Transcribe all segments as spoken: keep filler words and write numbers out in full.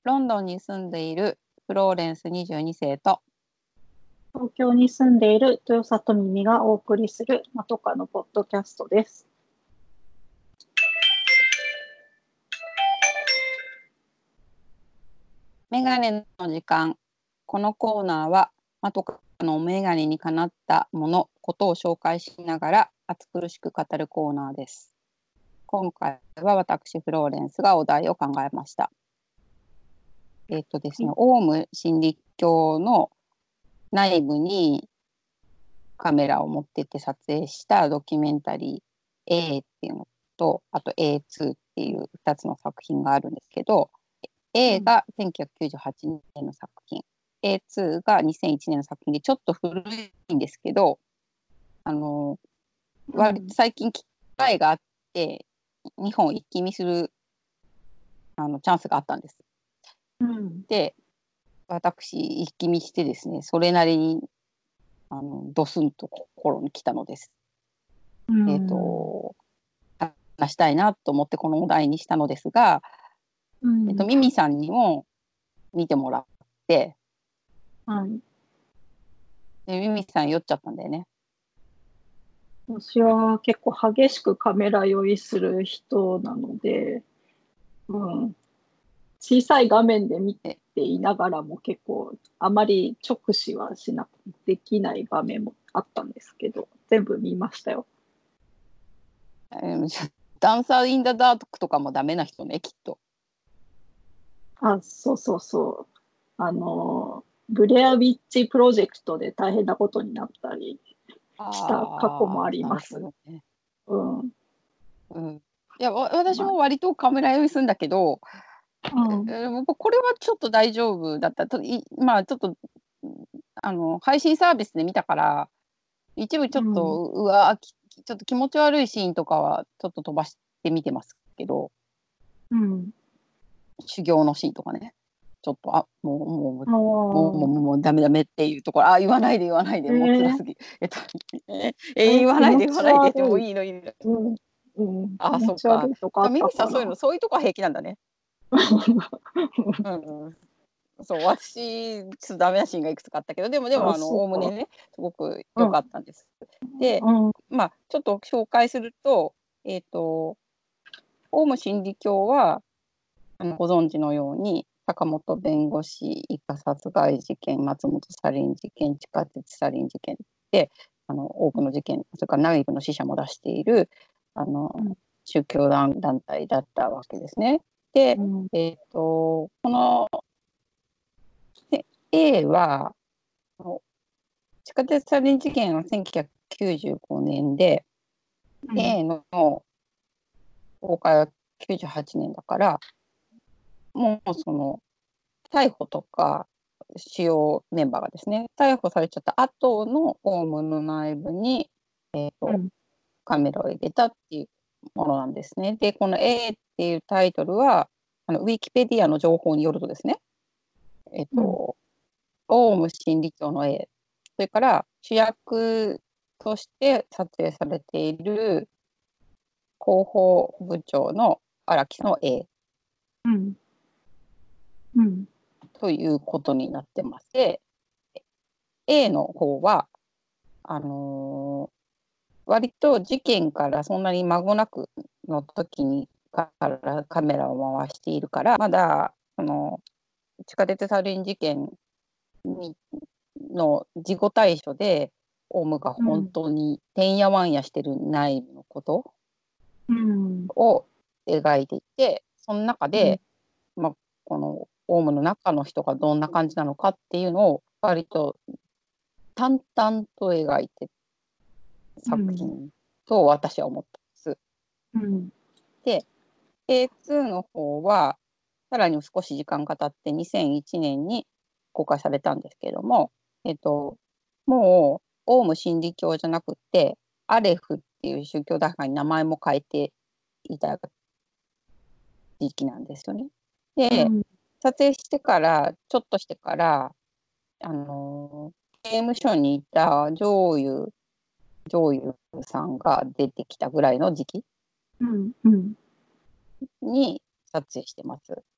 ロンドンに住んでいるフローレンスにじゅうにせいと東京に住んでいる豊里耳がお送りするまとかのポッドキャストです。 メガネの時間。このコーナーはまとかのメガネにかなったもの、ことを紹介しながら暑苦しく語るコーナーです。今回は私フローレンスがお題を考えました。えっとですね、オウム真理教の内部にカメラを持ってって撮影したドキュメンタリー A っていうのと、あと エーツー っていうふたつの作品があるんですけど、A がせんきゅうひゃくきゅうじゅうはちねんの作品、エーツー がにせんいちねんの作品でちょっと古いんですけど、あの、割と最近機会があって日本を一気見するあのチャンスがあったんです。 うん、 で、私一気見してですね、それなりにあのドスンと心に来たのです。 うん、 えっと話したいなと思ってこのお題にしたのですが、 うん、 えっと、ミミさんにも見てもらって、 はい、 でミミさん酔っちゃったんだよね。 私は結構激しくカメラ酔いする人なので、うん、小さい画面で見ていながらも結構あまり直視はしなくできない場面もあったんですけど、全部見ましたよ。 えーダンサー・イン・ダ・ダークとかもダメな人ね、きっと。 あ、そうそうそう。あの、ブレアウィッチプロジェクトで大変なことになったりした過去もあああ、なるほります。 どね。 うん。うん。 うん。いや、私まあ、 も割とカメラ酔いするんだけど、 うん。 えーこれはちょっと大丈夫だったと。いまあちょっとあの配信サービスで見たから一部ちょっうん。 とうわちょっと気持ち悪いシーンとかはちょっと飛ばしてみてますけど、 うん。 修行のシーンとかね、ちょっとあもうもうあもうもうあ。 もうダメダメっていうところ、あ言わないで言わないで、 えもう辛ー、 すぎ、えっとえええ、 言わないで言わ気持ちないでってもう悪い。 いいのいいの。 うん。うん。気あ持ちそうか。 悪いとかあっミミさんそういうたかな。 のそういうとこは平気なんだね。うんうん、そう、私、ちょっとダメなシーンがいくつかあったけど、でもでも、 あ、 あの、 そうか。 おおむねね、すごく良うん。 かったんです。で、 うん。 まあ、ちょっと紹介すると、えっと、オウム真理教は、あのご存知のように、坂本弁護士一家殺害事件、松本サリン事件、地下鉄サリン事件で、あの多くの事件、それから内部の死者も出しているあのうん。 宗教団団体だったわけですね。で、 うん。 えっと、こので A は、地下鉄サリン事件はせんきゅうひゃくきゅうじゅうごねんで、 うん。 A の公開はきゅうじゅうはちねんだから、もうその逮捕とか主要メンバーがですね、逮捕されちゃった後のオウムの内部に、えーと、 うん。 カメラを入れたっていうものなんですね。で、この A っていうタイトルは、あのウィキペディアの情報によるとですね、えっ、 うん。 と、オウム真理教の A、それから主役として撮影されている広報部長の荒木の A うん。うん。 ということになってまして、A の方はあのー、割と事件からそんなに間もなくの時にからカメラを回しているから、まだその地下鉄サリン事件にの事故対処でオウムが本うん。 当にてんやわんやしてる内部のことうん。 を描いていて、その中うん。 で、まあ、このオウムの中の人がどんな感じなのかっていうのを割と淡々と描いてる作品と私は思ったんです。 うん。 で、エーツー の方はさらに少し時間が経ってにせんいちねんに公開されたんですけれども、えっと、もうオウム真理教じゃなくてアレフっていう宗教団体に名前も変えていた時期なんですよね。で、 うん。 撮影してからちょっとしてからあの刑務所にいた上優上優さんが出てきたぐらいの時期うん。うん。 に撮影してます。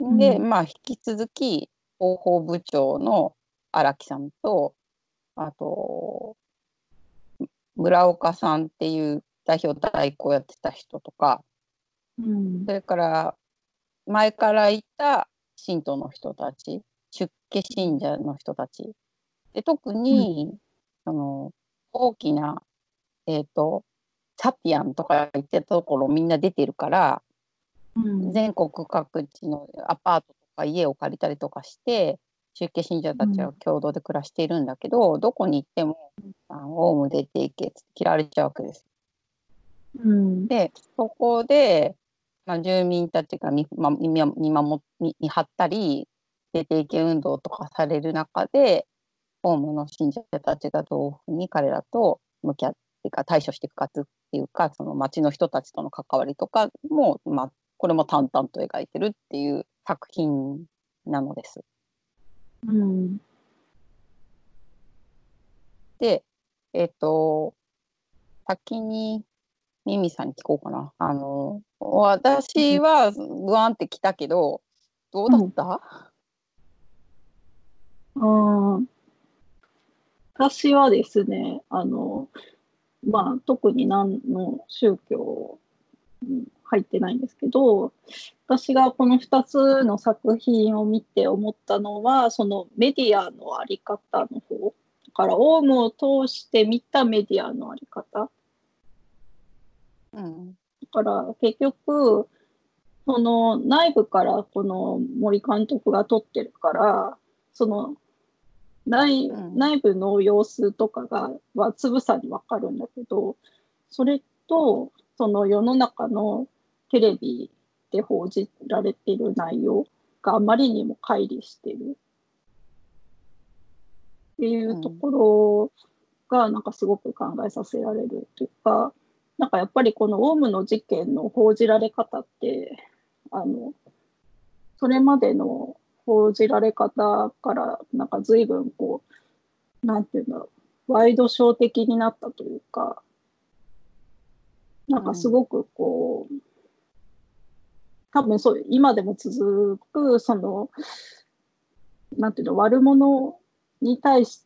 で、まあ、引き続き広報部長の荒木さんと、あと村岡さんっていう代表代行やってた人とか、 うん、 それから前からいた信徒の人たち、出家信者の人たちで、特に、あの大きな、えーと、サピアンとか言ってたところみんな出てるから、 うん、 全国各地のアパートとか家を借りたりとかして出家信者たちは共同で暮らしているんだけど、どこに行ってもあのオウム出ていけって切られちゃうわけです。 うん、 でそこで、まあ、住民たちが見、ま、見見守見見張ったり出ていけ運動とかされる中で、オウムの信者たちがどういうふうに彼らと向き合っていくか対処していくかっていうか、その町の人たちとの関わりとかも、まあ、これも淡々と描いてるっていう作品なのです。 うん、 で、えっと、先にミミさんに聞こうかな。あの、私はグワンって来たけど、どうだった？ あー私はですね、あの、まあ、特に何の宗教に入ってないんですけど、私がこのふたつの作品を見て思ったのは、そのメディアのあり方の方、だからオウムを通して見たメディアのあり方。 うん。 だから結局、その内部からこの森監督が撮ってるから、その内うん。 内部の様子とかがはつぶさにわかるんだけど、それとその世の中のテレビで報じられている内容があまりにも乖離してるっていうとうん。 ころがなんかすごく考えさせられるというか、なんかやっぱりこのオウムの事件の報じられ方ってあのそれまでの報じられ方からなんか随分こうなんていうんだろう、ワイドショー的になったというか、なんかすうん。 ごくこう、多分そう、今でも続く、その、なんていうの、悪者に対して、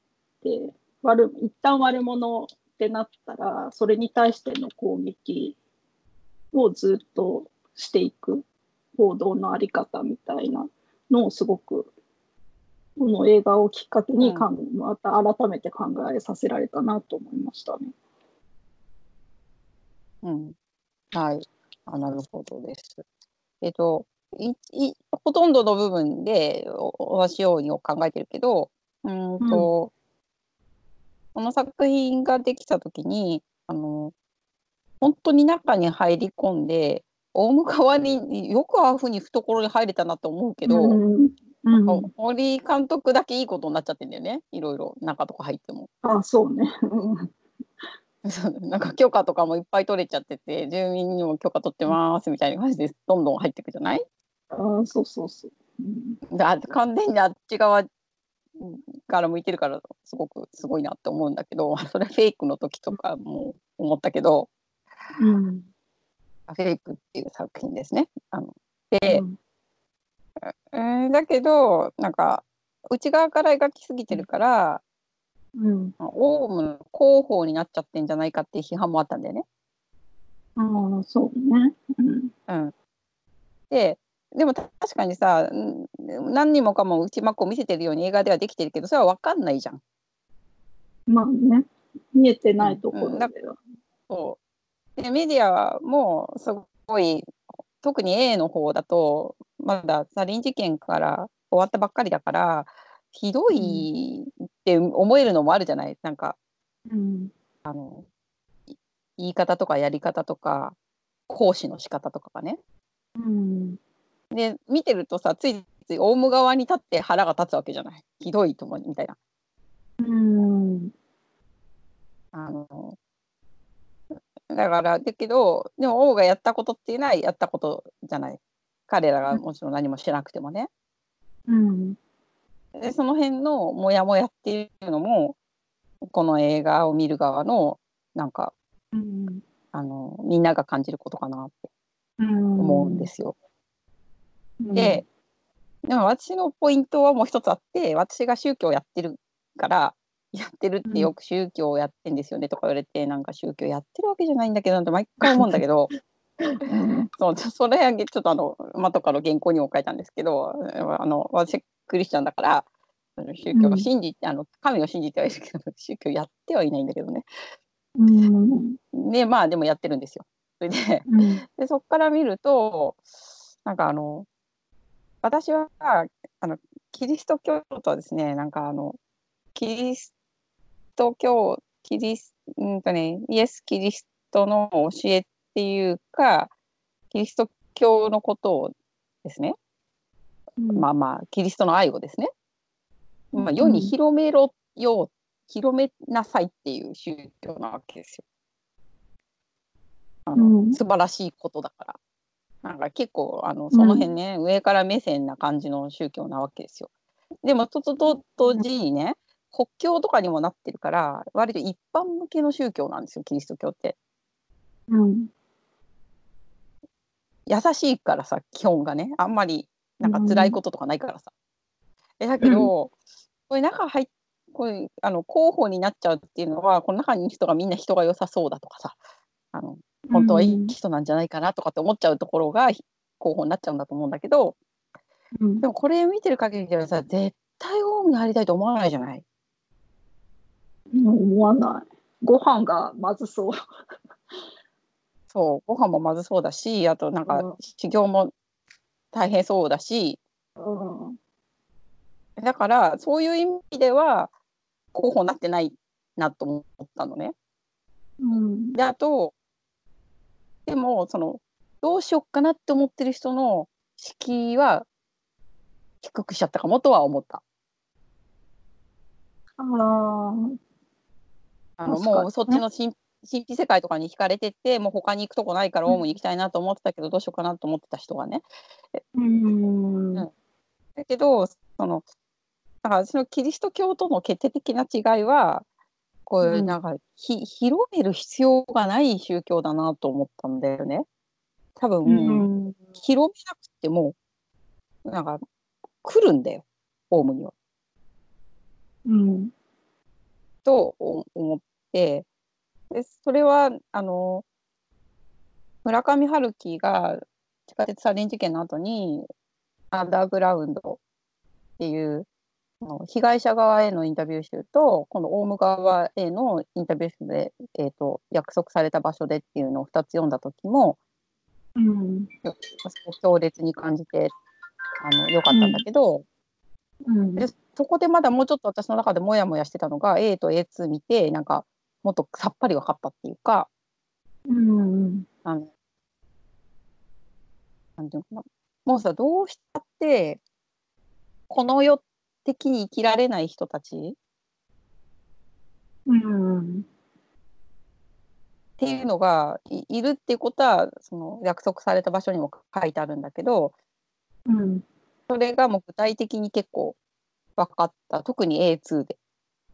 悪、一旦悪者ってなったら、それに対しての攻撃をずっとしていく報道のあり方みたいなのをすごく、この映画をきっかけにかん、 うん。 また改めて考えさせられたなと思いましたね。 うん。はい。あ、なるほどです。えっと、いいほとんどの部分でお同じように考えてるけど、うんうん、 と、この作品ができた時に、あの、本当に中に入り込んで、オウム側によくああいうふうに懐に入れたなと思うけうど、 ん、うなんかん。 森監督だけいいことになっちゃってんだよね。いろいろ中とか入っても。 あ、そうね。 そうなんか許可とかもいっぱい取れちゃってて、住民にも許可取ってますみたいな感じでどんどん入っていくじゃない？ あ、そうそうそう。うん、 で、あ完全にあっち側から向いてるからすごくすごいなって思うんだけど、それフェイクの時とかも思ったけど、 うん、 フェイクっていう作品ですね。あので、 うん、 えーだけどなんか内側から描きすぎてるから、 うん、 オウムの広報になっちゃってんじゃないかっていう批判もあったんだよね。 ああ、そうね。うん、 うん、ででも確かにさ、何人もかも内幕を見せてるように映画ではできてるけど、それは分かんないじゃん。 まあね、見えてないうんとこうん、だろでは。 そうでメディアもすごい、特に A の方だとまだサリン事件から終わったばっかりだから、ひどうん、 いって思えるのもあるじゃない。なんかうん、 言い方とかやり方とか講師の仕方とかがね。 うん、 で見てるとさ、ついついオウム側に立って腹が立つわけじゃない。ひどいともみたいな。 うん、 あのだからだけど、でも王がやったことっていうのはやったことじゃない。彼らがもちろん何もしなくてもね。 うん、 でその辺のモヤモヤっていうのもこの映画を見る側のなんかうん、 あのみんなが感じることかなってう思うんでん、 すよ。 うん、 ででも私のポイントはもう一つあって、私が宗教やってるからやってるってよく宗教をやってんですよねとか言われて、なんか宗教やってるわけじゃないんだけどって毎回思うんだけどうんそうそれちょっとあの後から原稿にも書いたんですけど、あの私クリスチャンだから宗教をうん信じてあの神を信じてはいるけど宗教やってはいないんだけどね。 うんでまあでもやってるんですよ。それで、 うんでそこから見るとなんかあの私はあのキリスト教徒はですね、なんかあのキリスト教キリスうんとねイエス・キリストの教えっていうかキリスト教のことをですね、 うんまあまあキリストの愛をですね、まあ、世にうん広めろよう広めなさいっていう宗教なわけですよ。あのうん素晴らしいことだから。なんか結構あのその辺うんね、上から目線な感じの宗教なわけですよ。でもととと同時にね、国教とかにもなってるから割と一般向けの宗教なんですよ、キリスト教って。 うん優しいからさ、基本がね、あんまりうなんか辛いんこととかないからさ。えだけうんどこれ中入っこれあの候補になっちゃうっていうのは、この中にいる人がみんな人が良さそうだとかさ、あのう本当はいいん人なんじゃないかなとかって思っちゃうところが候補になっちゃうんだと思うんだけど、 うんでもこれ見てる限りではさ、絶対オウムに入りたいと思わないじゃない。 思わない。ご飯がまずそう。 そう、ご飯もまずそうだし、あとなんかうん修行も大変そうだし、 うんだからそういう意味では候補になってないなと思ったのね。 うんで、あと、でもそのどうしよっかなって思ってる人の敷居は低くしちゃったかもとは思った。 ああ、 あの確かもうそっにね。 ちの神神秘世界とかに惹かれてて、もう他に行くとこないからオウムに行きたいなと思ってたけど、どうしようかなと思ってた人がね。 うんうんうん、だけどそのだから私のキリスト教との決定的な違いは、これなんかひ広める必要がない宗教だなと思ったんだよね。多う分ん広めなくてもなんか来るんだよ、オウムには。 うんと思って、でそれはあの村上春樹が地下鉄サリン事件の後にアンダーグラウンドっていう被害者側へのインタビュー集とこのオウム側へのインタビュー集で、えーと、約束された場所でっていうのをふたつ読んだ時もうん強烈に感じてあの良かったんだうんけど、 うんでそこでまだもうちょっと私の中でモヤモヤしてたのが エー と エーツー 見てなんかもっとさっぱり分かったっていうか、 うんあのなんていうのかな、もうさどうしたってこの世的に生きられない人たちうんっていうのが い, いるっていうことはその約束された場所にも書いてあるんだけど、 うんそれがもう具体的に結構分かった。特に エーツー で。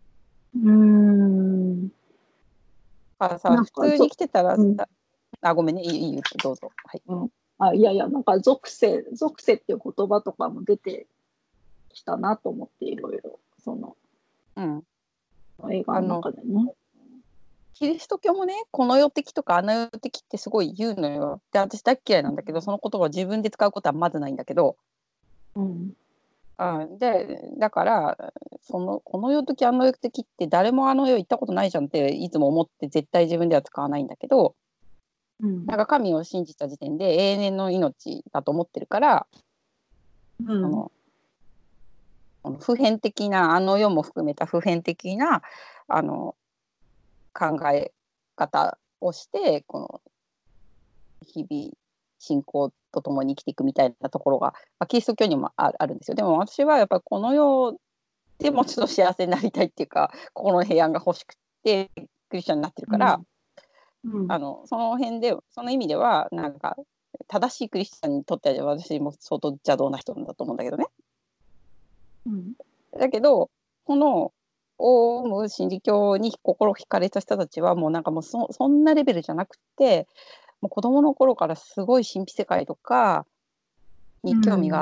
うんだからさ、 なん普通にかぞ、 来てたらうんさ、あ、ごめんね、いい、いいよ、どうぞ。はい。 うん、あ、いやいや、なんか属性、属性っていう言葉とかも出てきたなと思って、いろいろ、そのうん。 映画のあの、 中でね。 キリスト教もね、この世的とかあの世的ってすごい言うのよ。で、私大っ嫌いなんだけど、その言葉を自分で使うことはまずないんだけど、 うん、 うん、で、だから、その、この世的あの世的って誰もあの世行ったことないじゃんっていつも思って絶対自分では使わないんだけど、 うん、 なんか神を信じた時点で永遠の命だと思ってるから、 うん、 あの普遍的なあの世も含めた普遍的なあの考え方をしてこの日々信仰とともに生きていくみたいなところが、まあ、キリスト教にもあるんですよ。でも私はやっぱりこの世でもうちょっと幸せになりたいっていうか心の平安が欲しくてクリスチャンになってるから、 うん、 あのその辺でその意味ではなんか正しいクリスチャンにとっては私も相当邪道な人なんだと思うんだけどね。 うん、 だけどこのオウム真理教に心惹かれた人たちはもうなんかもう そ, そんなレベルじゃなくて、もう子供の頃からすごい神秘世界とかに興味があっ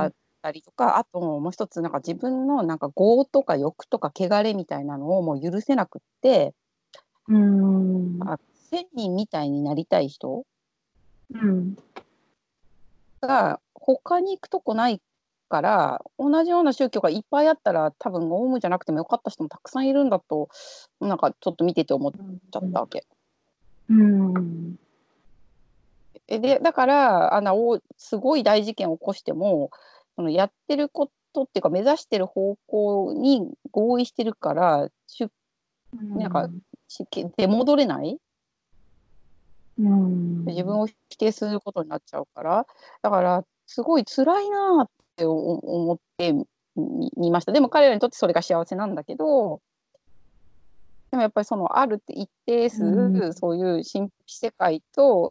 たりとか、あともう一つなんか自分のなんか業とか欲とか汚れみたいなのをもう許せなくって、 うん。 あ、仙人みたいになりたい人うん。 が他に行くとこないから、同じような宗教がいっぱいあったら多分オウムじゃなくてもよかった人もたくさんいるんだと、なんかちょっと見てて思っちゃったわけ。 うん。 えでだからあのおすごい大事件を起こしても、そのやってることっていうか目指してる方向に合意してるからしゅなんかし出戻れない、 うん。 自分を否定することになっちゃうから、だからすごい辛いなって思ってみ見ました。でも彼らにとってそれが幸せなんだけど、でもやっぱりそのあるって一定数、 うん。 そういう神秘世界と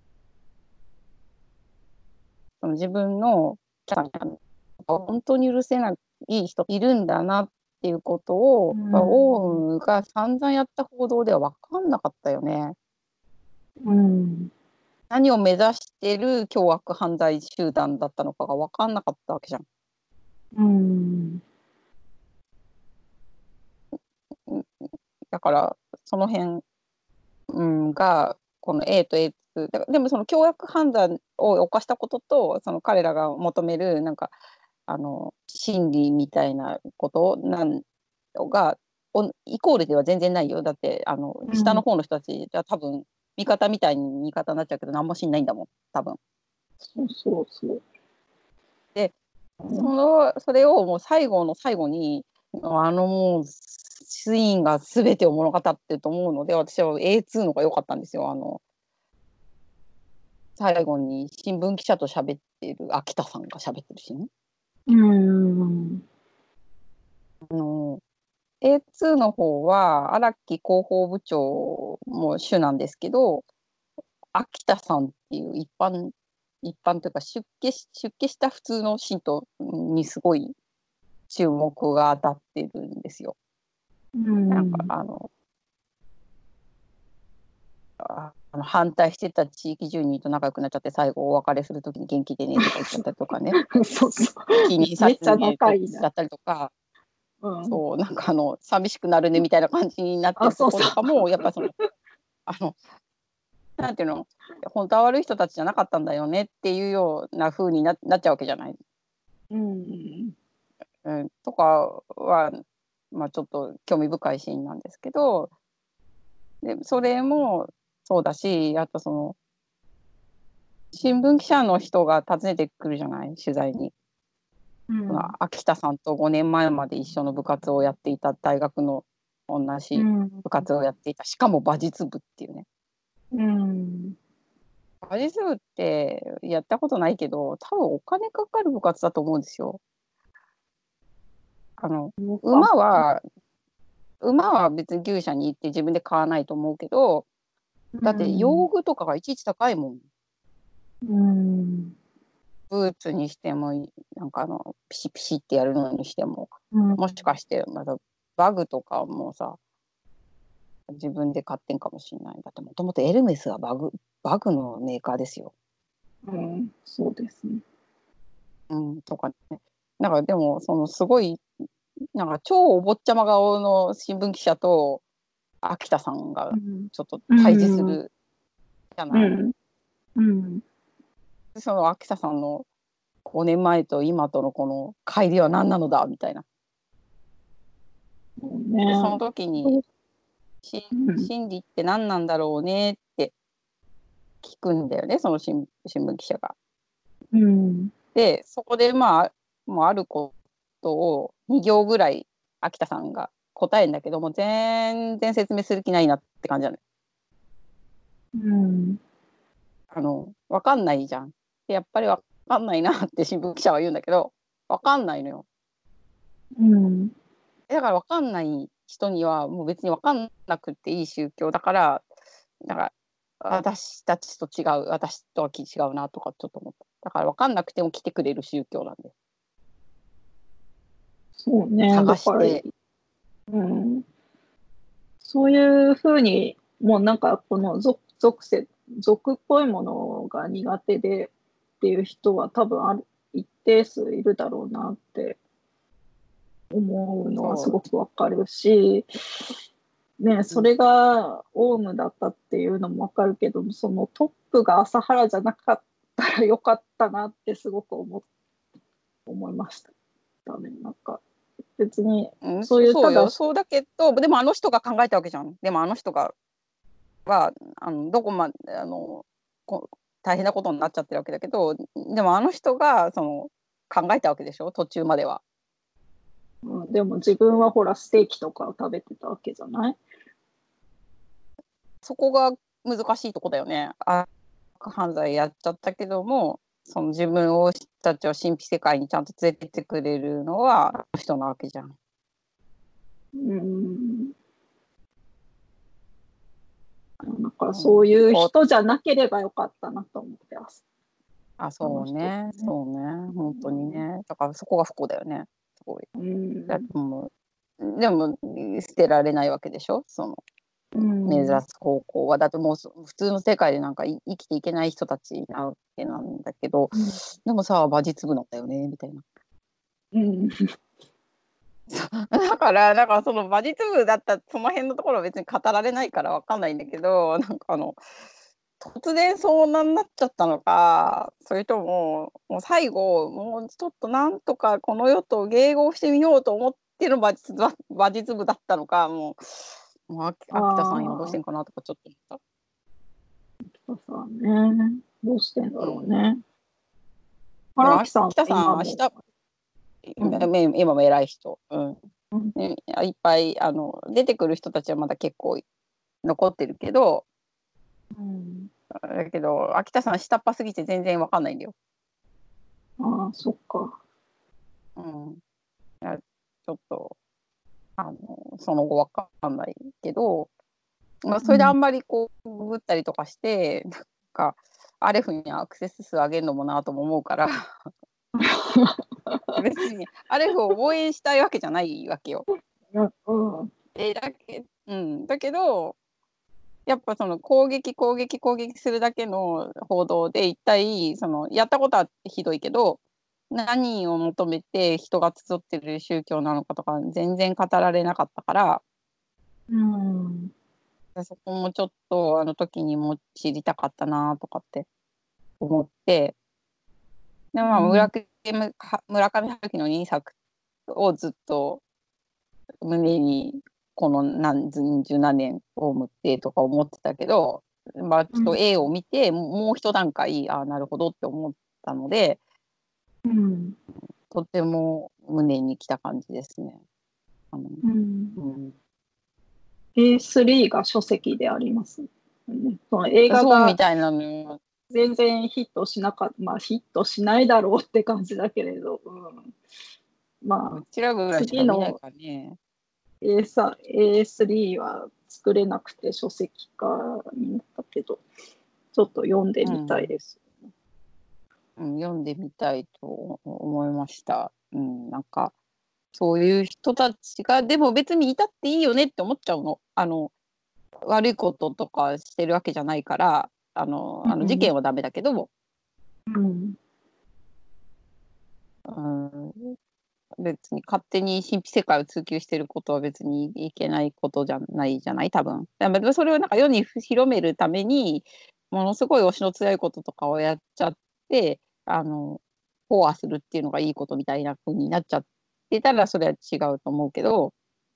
その自分の本当に許せない人いるんだなっていうことを、 うオん。 ウムが散々やった報道では分かんなかったよね。 うん。 何を目指してる凶悪犯罪集団だったのかが分かんなかったわけじゃん。 うん。 だからその辺、うん、がこの A と エーツー だからでもその凶悪犯罪を犯したこととその彼らが求めるなんかあの真理みたいなことなんがイコールでは全然ないよ。だってあのうん。 下の方の人たちじゃ多分味方みたいに味方になっちゃうけど何もしんないんだもん多分。 そうそうそう。 でそうん。 のそれをもう最後の最後にあのもうシーンが全てを物語ってると思うので、私は エーツー のが良かったんですよ。あの最後に新聞記者と喋っている秋田さんが喋ってるシーン。 うん。 あの エーツー の方は荒木広報部長も主なんですけど、秋田さんっていう一般一般というか出家し出家した普通の信徒にすごい注目が当たってるんですよ。 うなんかん。 あのあの反対してた地域住民と仲良くなっちゃって最後お別れするときに元気でねとか言っちゃったりとかね、 そうそう。 記念めっちゃ撮影仲いいな。 としちゃったりとか、 うん。 そうなんかあの寂しくなるねみたいな感じになってあ、 るとそうそう。 ことかもやっぱそのあのなんていうの、本当は悪い人たちじゃなかったんだよねっていうような風にななっちゃうわけじゃない。 うん。 うん、とかは、まあ、ちょっと興味深いシーンなんですけど、でそれもそうだし、あとその新聞記者の人が訪ねてくるじゃない、取材に。そのうん。 秋田さんとごねんまえまで一緒の部活をやっていた大学の同じうん。 部活をやっていた、しかも馬術部っていうね。 うん。 馬術部ってやったことないけど、多分お金かかる部活だと思うんですよ。あのそうか。 馬は馬は別に牛舎に行って自分で買わないと思うけど、 うだってん。 用具とかがいちいち高いもん。 うん。 ブーツにしてもなんかあのピシピシってやるのにしても、 うん。 もしかしてまたバグとかもさ自分で買ってんかもしれない。だってもともとエルメスはバグバグのメーカーですよ。 うん。そうですね。 うん、とかね。なんかでもそのすごいなんか超お坊ちゃま顔の新聞記者と秋田さんがうん。 ちょっとう対峙すん。 るじゃない。 うん。うん。 その秋田さんのごねんまえと今とのこの乖離は何なのだみたいな。 そうでそのね。 時にどうしうん。 真理って何なんだろうねって聞くんだよね、その新新聞記者が。 うん。 でそこでまあもうあることをに行ぐらい秋田さんが答えるんだけども全然説明する気ないなって感じなの。 うん。 あの分かんないじゃん。でやっぱり分かんないなって新聞記者は言うんだけど分かんないのよ。 うん。 だから分かんない人にはもう別に分かんなくていい宗教だからなんか私たちと違う私とは違うなとかちょっと思った。だから分かんなくても来てくれる宗教なんでそうね。だから、 探して。 うん。そういうふうに、もうなんかこの属、属性、属っぽいものが苦手でっていう人は多分ある、 一定数いるだろうなって思うのはすごくわかるし、ね、それがオウムだったっていうのもわかるけど、そのトップが朝原じゃなかったらよかったなってすごく思思いましたね。なんか別にうん、 そういうそうよ。 ただし、 そうだけど、でもあの人が考えたわけじゃん。でもあの人がはあのどこまであのこ大変なことになっちゃってるわけだけど、でもあの人がその考えたわけでしょ、途中までは。 うん、でも自分はほらステーキとかを食べてたわけじゃない。 そこが難しいとこだよね。あ、犯罪やっちゃったけども、その自分をたちを神秘世界にちゃんと連れてってくれるのはあの人なわけじゃん。 うん、なんかうん、 そういうこう人じゃなければよかったなと思ってます。 あ、 あの人そうね、 ね。 そうね、本当にね。だからそこが不幸だよね。すごい。 うだってん、 もう、でも捨てられないわけでしょ、そのうん、 目指す方向は。だってもう普通の世界でなんかい生きていけない人たちなわけなんだけど、 うん、 でもさ、馬術部なんだよね、みたいな。 うん、 だから、なんかその馬術部だったその辺のところは別に語られないからわかんないんだけど、なんかあの、突然遭難になっちゃったのか、それとも、もう最後、もうちょっとなんとかこの世と迎合してみようと思っての馬術部馬術部だったのか、もう、もう秋秋田さん今どうしてあんかなとかちょっと思った。 あ、そうね。どうしてんだうん。 ろうね。 でも荒木さんは秋田さん今も、 明日、 うん、 今今も偉い人、うん、 うん、 ね、いっぱいあの出てくる人たちはまだ結構残ってるけど、 うん、 だけど秋田さん下っ端すぎて全然わかんないんだよ。 ああ、そっか。 うん、いやちょっとあのその後わかんないけど、まあ、それであうん、 んまりこうググったりとかしてなんかアレフにアクセス数上げるのもなとも思うから別にアレフを応援したいわけじゃないわけよ。 うん、 えだけうん、だけどやっぱその攻撃攻撃攻撃するだけの報道で一体そのやったことはひどいけど何を求めて人が集ってる宗教なのかとか全然語られなかったから、 うん、 そこもちょっとあの時にも知りたかったなとかって思って、で、まあ、村上村上春樹のにさくをずっと胸にこの何十何年を持ってとか思ってたけど、まあ、ちょっとうん、 A を見てもう一段階ああなるほどって思ったので、 うん、 とても胸にきた感じですね。あのうん。 うん、 エースリー が書籍であります。ね、その映画がそうみたいなのよ。 全然ヒットしなかった、まあヒットしないだろうって感じだけれど、うん、まあうちらぐらいしか見ない次のからね。 エースリー は作れなくて書籍化になったけど、ちょっと読んでみたいうん、 です。 うん、読んでみたいと思いました。うん、なんかそういう人たちがでも別にいたっていいよねって思っちゃうの。あの悪いこととかしてるわけじゃないから、あのあの事うん、 件はダメだけど、 うん、 うん、別に勝手に神秘世界を追求してることは別にいけないことじゃないじゃない多分。だからそれをなんか世に広めるためにものすごい推しの強いこととかをやっちゃってあの飽和するっていうのがいいことみたいな風になっちゃってたらそれは違うと思うけど、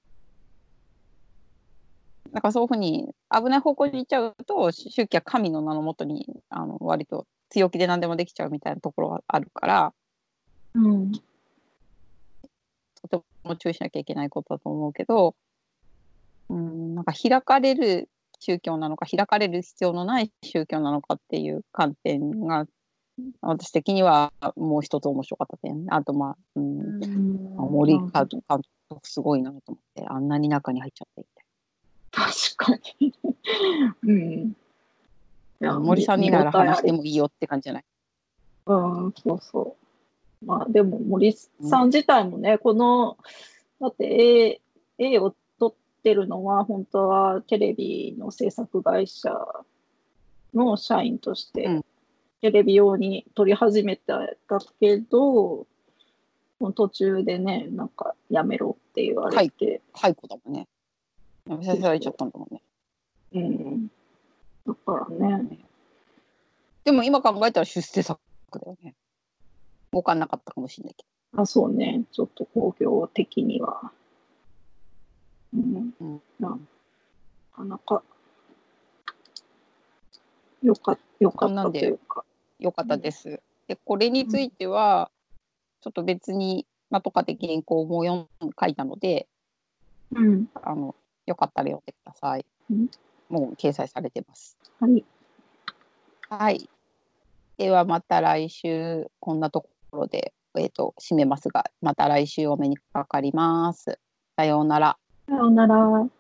なんかそういうふうに危ない方向に行っちゃうと宗教は神の名のもとにあの割と強気で何でもできちゃうみたいなところがあるから、 うん、 とても注意しなきゃいけないことだと思うけど、うん、なんか開かれる宗教なのか開かれる必要のない宗教なのかっていう観点が私的にはもう一つ面白かった点。あとまあ、ううん、 ん、な森監るほど。 督すごいなと思ってあんなに中に入っちゃっていて、 確かに。うん。いや、 森見、見応さんにならえあり。 話してもいいよって感じじゃない。 うん、そうそう。まあ、でも森うん、 さん自体もね、この、だって A、A を撮ってるのは、本当はテレビの制作会社の社員としてうん、 テレビ用に撮り始めたけど、途中でね、なんかやめろって言われて。 解雇だもんね。やめさせられちゃったんだもんね。 うん。だからね。 でも今考えたら出世作だよね。分かんなかったかもしれないけど。あ、そうね。ちょっと興行的には。うん。うん、なかなかよかよかったというか。 よかったです。うん、でこれについては、ちょっと別にまとかで原稿も読ん書いたので、 うん、 あのよかったら読んでください。うん、もう掲載されてます。 はい。 はい。ではまた来週こんなところで、えーと、締めますが、また来週お目にかかります。さようなら。 さようなら。